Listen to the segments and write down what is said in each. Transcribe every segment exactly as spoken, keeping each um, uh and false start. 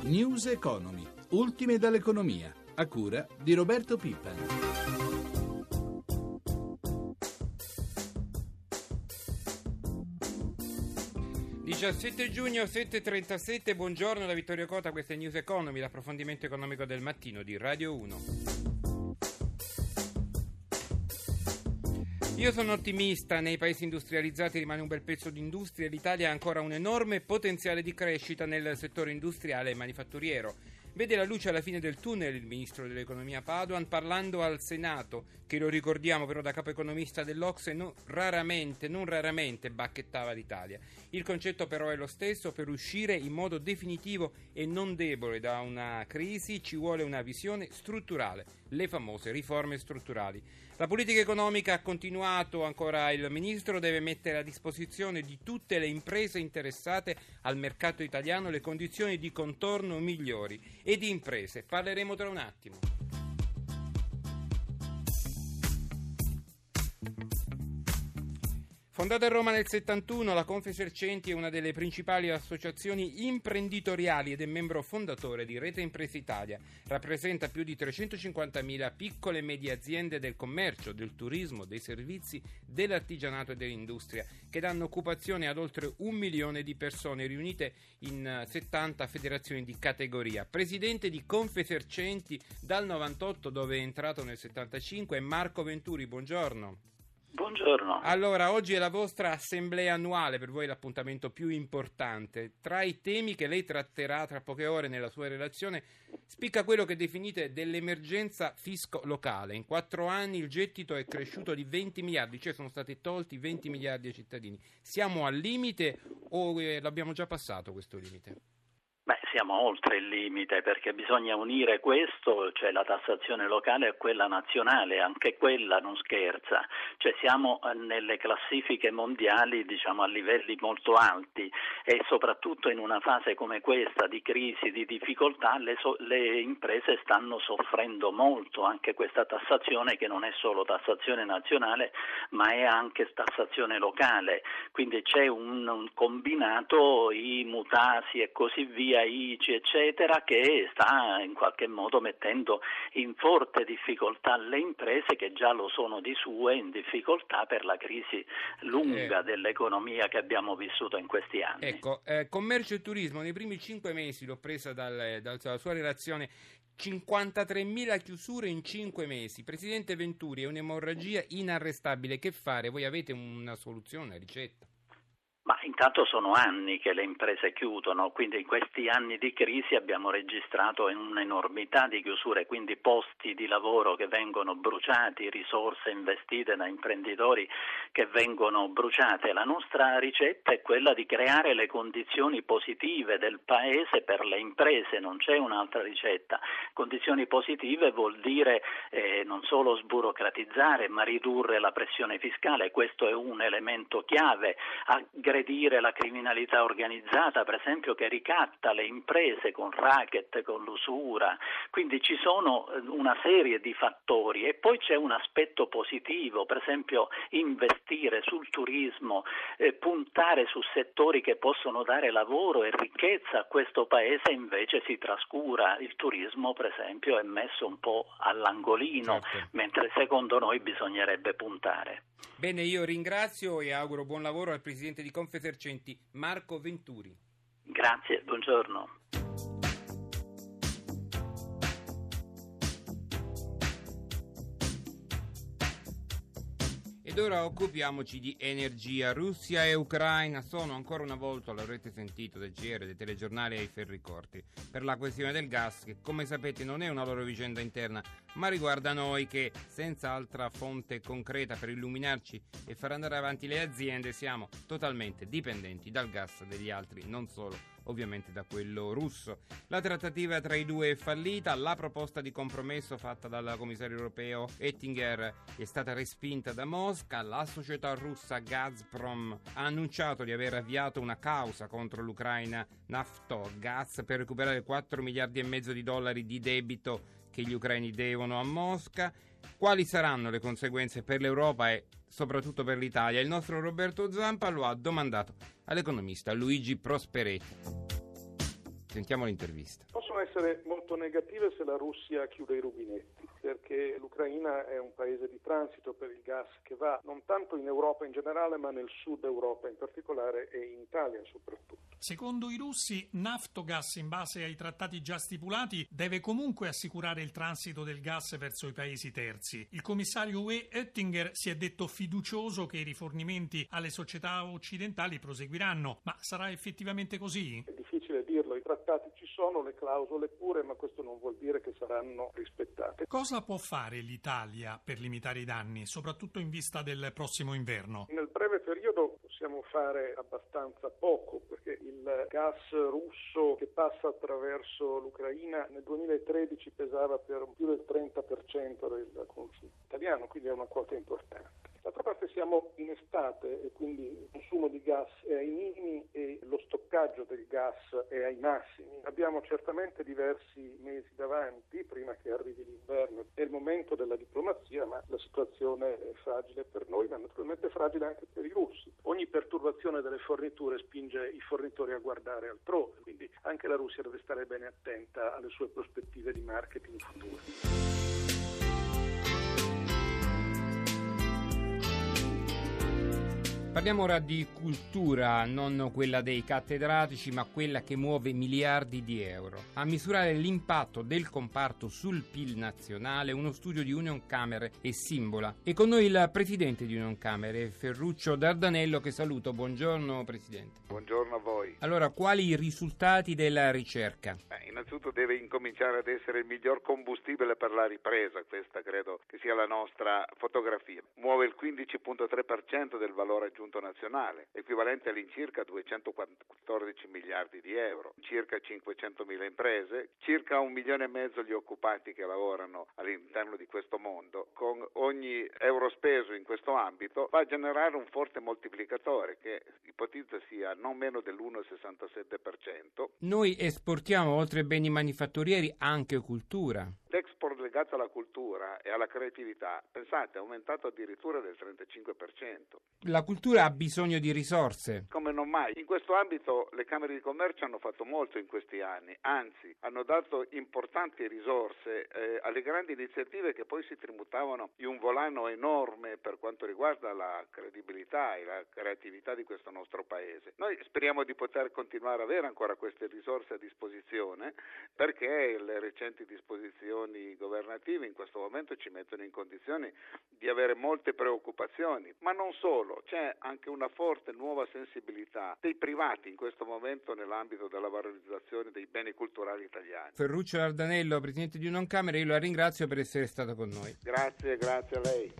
News Economy, ultime dall'economia, a cura di Roberto Pippa. diciassette giugno, sette e trentasette, buongiorno da Vittorio Cota, questa è News Economy, l'approfondimento economico del mattino di Radio uno. Io sono ottimista, nei paesi industrializzati rimane un bel pezzo di industria, l'Italia ha ancora un enorme potenziale di crescita nel settore industriale e manifatturiero. Vede la luce alla fine del tunnel il ministro dell'economia Padoan parlando al Senato, che lo ricordiamo però da capo economista dell'Ocse non raramente, non raramente bacchettava l'Italia. Il concetto però è lo stesso: per uscire in modo definitivo e non debole da una crisi ci vuole una visione strutturale, le famose riforme strutturali. La politica economica, ha continuato ancora il ministro, deve mettere a disposizione di tutte le imprese interessate al mercato italiano le condizioni di contorno migliori. E di imprese parleremo tra un attimo. Fondata a Roma nel settantuno, la Confesercenti è una delle principali associazioni imprenditoriali ed è membro fondatore di Rete Imprese Italia. Rappresenta più di trecentocinquantamila piccole e medie aziende del commercio, del turismo, dei servizi, dell'artigianato e dell'industria, che danno occupazione ad oltre un milione di persone riunite in settanta federazioni di categoria. Presidente di Confesercenti dal novantotto, dove è entrato nel settantacinque, è Marco Venturi. Buongiorno. Buongiorno. Allora, oggi è la vostra assemblea annuale, per voi l'appuntamento più importante. Tra i temi che lei tratterà tra poche ore nella sua relazione, spicca quello che definite dell'emergenza fisco locale. In quattro anni il gettito è cresciuto di venti miliardi, cioè sono stati tolti venti miliardi ai cittadini. Siamo al limite o eh, l'abbiamo già passato questo limite? Beh, siamo oltre il limite, perché bisogna unire questo, cioè la tassazione locale, a quella nazionale, anche quella non scherza, cioè siamo nelle classifiche mondiali, diciamo, a livelli molto alti, e soprattutto in una fase come questa di crisi, di difficoltà, le, so- le imprese stanno soffrendo molto anche questa tassazione, che non è solo tassazione nazionale ma è anche tassazione locale, quindi c'è un, un combinato, i mutasi e così via, I C I eccetera, che sta in qualche modo mettendo in forte difficoltà le imprese, che già lo sono di sue in difficoltà per la crisi lunga eh. dell'economia che abbiamo vissuto in questi anni. Ecco, eh, commercio e turismo nei primi cinque mesi, l'ho presa dal, dalla sua relazione, cinquantatremila chiusure in cinque mesi. Presidente Venturi, è un'emorragia inarrestabile, che fare? Voi avete una soluzione, una ricetta? Ma intanto sono anni che le imprese chiudono, quindi in questi anni di crisi abbiamo registrato un'enormità di chiusure, quindi posti di lavoro che vengono bruciati, risorse investite da imprenditori che vengono bruciate. La nostra ricetta è quella di creare le condizioni positive del paese per le imprese, non c'è un'altra ricetta. Condizioni positive vuol dire eh, non solo sburocratizzare, ma ridurre la pressione fiscale, questo è un elemento chiave. Aggredire la criminalità organizzata, per esempio, che ricatta le imprese con racket, con l'usura, quindi ci sono una serie di fattori. E poi c'è un aspetto positivo, per esempio investire sul turismo, eh, puntare su settori che possono dare lavoro e ricchezza a questo paese, invece si trascura. Il turismo, per esempio, è messo un po' all'angolino, certo, mentre secondo noi bisognerebbe puntare. Bene, io ringrazio e auguro buon lavoro al presidente di Confesercenti, Marco Venturi. Grazie, buongiorno. Ed ora occupiamoci di energia. Russia e Ucraina sono ancora una volta, l'avrete sentito dai G R, dei telegiornali, ai ferri corti per la questione del gas, che come sapete non è una loro vicenda interna, ma riguarda noi che senza altra fonte concreta per illuminarci e far andare avanti le aziende siamo totalmente dipendenti dal gas degli altri, non solo ovviamente da quello russo. La trattativa tra i due è fallita, la proposta di compromesso fatta dal commissario europeo Oettinger è stata respinta da Mosca. La società russa Gazprom ha annunciato di aver avviato una causa contro l'Ucraina Naftogaz per recuperare quattro miliardi e mezzo di dollari di debito che gli ucraini devono a Mosca. Quali saranno le conseguenze per l'Europa e soprattutto per l'Italia? Il nostro Roberto Zampa lo ha domandato all'economista Luigi Prosperetti. Sentiamo l'intervista. Possono essere molto negative se la Russia chiude i rubinetti, perché l'Ucraina è un paese di transito per il gas che va non tanto in Europa in generale, ma nel sud Europa in particolare e in Italia soprattutto. Secondo i russi, Naftogaz, in base ai trattati già stipulati, deve comunque assicurare il transito del gas verso i paesi terzi. Il commissario U E Oettinger si è detto fiducioso che i rifornimenti alle società occidentali proseguiranno, ma sarà effettivamente così? È difficile dirlo, i trattati ci sono, le clausole pure, ma questo non vuol dire che saranno rispettate. Cosa può fare l'Italia per limitare i danni, soprattutto in vista del prossimo inverno? Nel breve periodo possiamo fare abbastanza poco, perché il gas russo che passa attraverso l'Ucraina nel duemilatredici pesava per più del trenta per cento del consumo italiano, quindi è una quota importante. D'altra parte siamo in estate e quindi il consumo di gas è ai minimi e lo stoccaggio del gas è ai massimi. Abbiamo certamente diversi mesi davanti, prima che arrivi l'inverno. È il momento della diplomazia, ma la situazione è fragile per noi, ma naturalmente fragile anche per i russi. Ogni perturbazione delle forniture spinge i fornitori a guardare altrove, quindi anche la Russia deve stare bene attenta alle sue prospettive di marketing future. Parliamo ora di cultura, non quella dei cattedratici, ma quella che muove miliardi di euro. A misurare l'impatto del comparto sul P I L nazionale, uno studio di Unioncamere e Simbola. E con noi il presidente di Unioncamere, Ferruccio Dardanello, che saluto. Buongiorno Presidente. Buongiorno a voi. Allora, quali i risultati della ricerca? Beh, innanzitutto deve incominciare ad essere il miglior combustibile per la ripresa, questa credo che sia la nostra fotografia. Muove il quindici virgola tre per cento del valore aggiunto nazionale, equivalente all'incirca duecentoquattordici miliardi di euro, circa cinquecentomila imprese, circa un milione e mezzo gli occupati che lavorano all'interno di questo mondo. Con ogni euro speso in questo ambito va a generare un forte moltiplicatore che ipotizza sia non meno dell'uno virgola sessantasette per cento. Noi esportiamo oltre ai beni manifatturieri anche cultura. L'export legato alla cultura e alla creatività, pensate, è aumentato addirittura del trentacinque per cento. La cultura ha bisogno di risorse. Come non mai. In questo ambito le Camere di Commercio hanno fatto molto in questi anni, anzi hanno dato importanti risorse eh, alle grandi iniziative che poi si trimutavano di un volano enorme per quanto riguarda la credibilità e la creatività di questo nostro paese. Noi speriamo di poter continuare ad avere ancora queste risorse a disposizione, perché le recenti disposizioni governative in questo momento ci mettono in condizioni di avere molte preoccupazioni, ma non solo, c'è anche una forte nuova sensibilità dei privati in questo momento nell'ambito della valorizzazione dei beni culturali italiani. Ferruccio Dardanello, presidente di Unioncamere, io la ringrazio per essere stato con noi. Grazie, grazie a lei.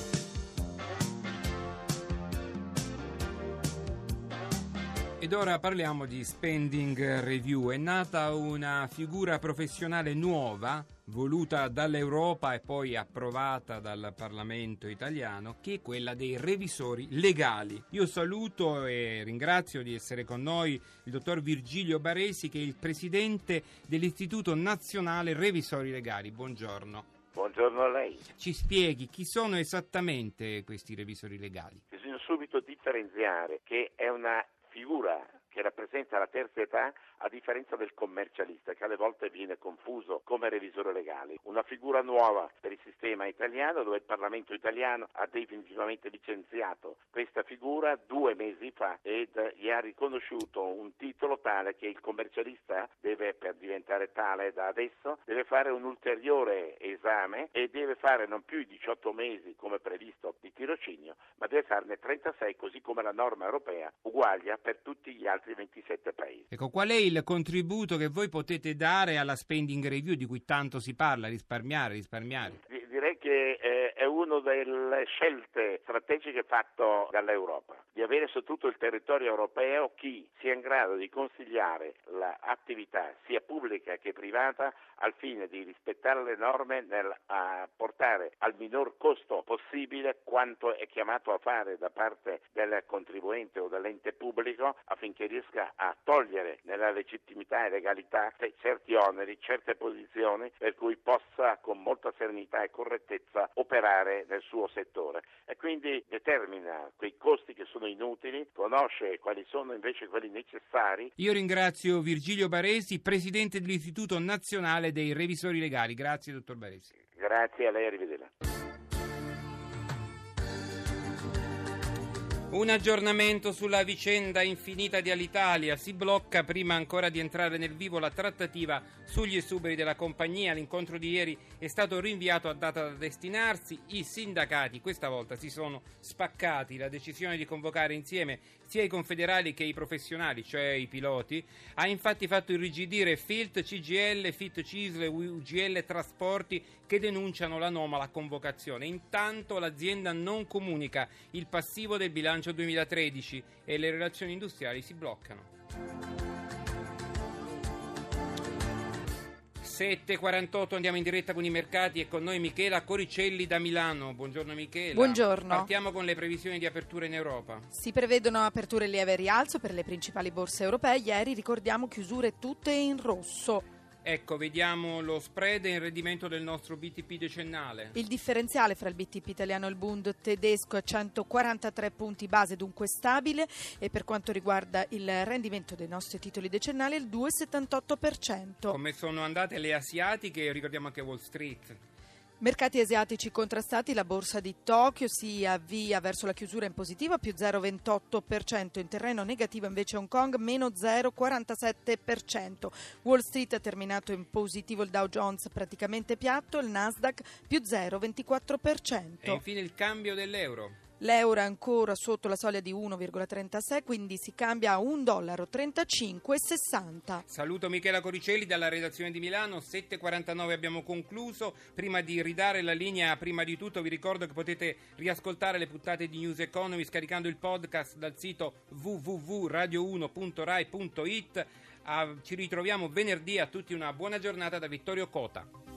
Ed ora parliamo di spending review. È nata una figura professionale nuova, voluta dall'Europa e poi approvata dal Parlamento italiano, che è quella dei revisori legali. Io saluto e ringrazio di essere con noi il dottor Virgilio Baresi, che è il presidente dell'Istituto Nazionale Revisori Legali. Buongiorno. Buongiorno a lei. Ci spieghi chi sono esattamente questi revisori legali? Bisogna subito differenziare che è una figura che rappresenta la terza età, a differenza del commercialista, che alle volte viene confuso come revisore legale. Una figura nuova per il sistema italiano, dove il Parlamento italiano ha definitivamente licenziato questa figura due mesi fa ed gli ha riconosciuto un titolo tale che il commercialista deve, per diventare tale da adesso, deve fare un ulteriore esame e deve fare non più i diciotto mesi come previsto di tirocinio, ma deve farne trentasei, così come la norma europea uguaglia per tutti gli altri ventisette paesi. Ecco, qual è il contributo che voi potete dare alla spending review di cui tanto si parla, risparmiare, risparmiare? D- direi che eh, è una delle scelte strategiche fatte dall'Europa, di avere su tutto il territorio europeo chi sia in grado di consigliare l'attività sia pubblica che privata al fine di rispettare le norme nel a portare al minor costo possibile quanto è chiamato a fare da parte del contribuente o dell'ente pubblico, affinché riesca a togliere nella legittimità e legalità certi oneri, certe posizioni, per cui possa con molta serenità e correttezza operare nel suo settore, e quindi determina quei costi che sono sono inutili, conosce quali sono invece quelli necessari. Io ringrazio Virgilio Baresi, presidente dell'Istituto Nazionale dei Revisori Legali. Grazie, dottor Baresi. Grazie a lei, arrivederla. Un aggiornamento sulla vicenda infinita di Alitalia. Si blocca, prima ancora di entrare nel vivo, la trattativa sugli esuberi della compagnia. L'incontro di ieri è stato rinviato a data da destinarsi. I sindacati questa volta si sono spaccati. La decisione di convocare insieme sia i confederali che i professionali, cioè i piloti, ha infatti fatto irrigidire Filt, C G I L, Fit Cisl e U G L Trasporti, che denunciano l'anomala convocazione. Intanto l'azienda non comunica il passivo del bilancio duemilatredici e le relazioni industriali si bloccano. sette e quarantotto, andiamo in diretta con i mercati e con noi Michela Coricelli da Milano. Buongiorno Michela. Buongiorno. Partiamo con le previsioni di apertura in Europa. Si prevedono aperture lieve rialzo per le principali borse europee. Ieri ricordiamo chiusure tutte in rosso. Ecco, vediamo lo spread e il rendimento del nostro B T P decennale. Il differenziale fra il B T P italiano e il Bund tedesco è centoquarantatré punti base, dunque stabile, e per quanto riguarda il rendimento dei nostri titoli decennali è il due virgola settantotto per cento. Come sono andate le asiatiche? Ricordiamo anche Wall Street. Mercati asiatici contrastati, la borsa di Tokyo si avvia verso la chiusura in positiva, più zero virgola ventotto per cento, in terreno negativo invece Hong Kong, meno zero virgola quarantasette per cento. Wall Street ha terminato in positivo, il Dow Jones praticamente piatto, il Nasdaq più zero virgola ventiquattro per cento. E infine il cambio dell'euro. L'euro è ancora sotto la soglia di uno virgola trentasei, quindi si cambia a un dollaro trentacinque virgola sessanta. Saluto Michela Coricelli dalla redazione di Milano. Sette e quarantanove abbiamo concluso. Prima di ridare la linea, prima di tutto vi ricordo che potete riascoltare le puntate di News Economy scaricando il podcast dal sito w w w punto radio uno punto rai punto it. Ah, ci ritroviamo venerdì. A tutti una buona giornata da Vittorio Cota.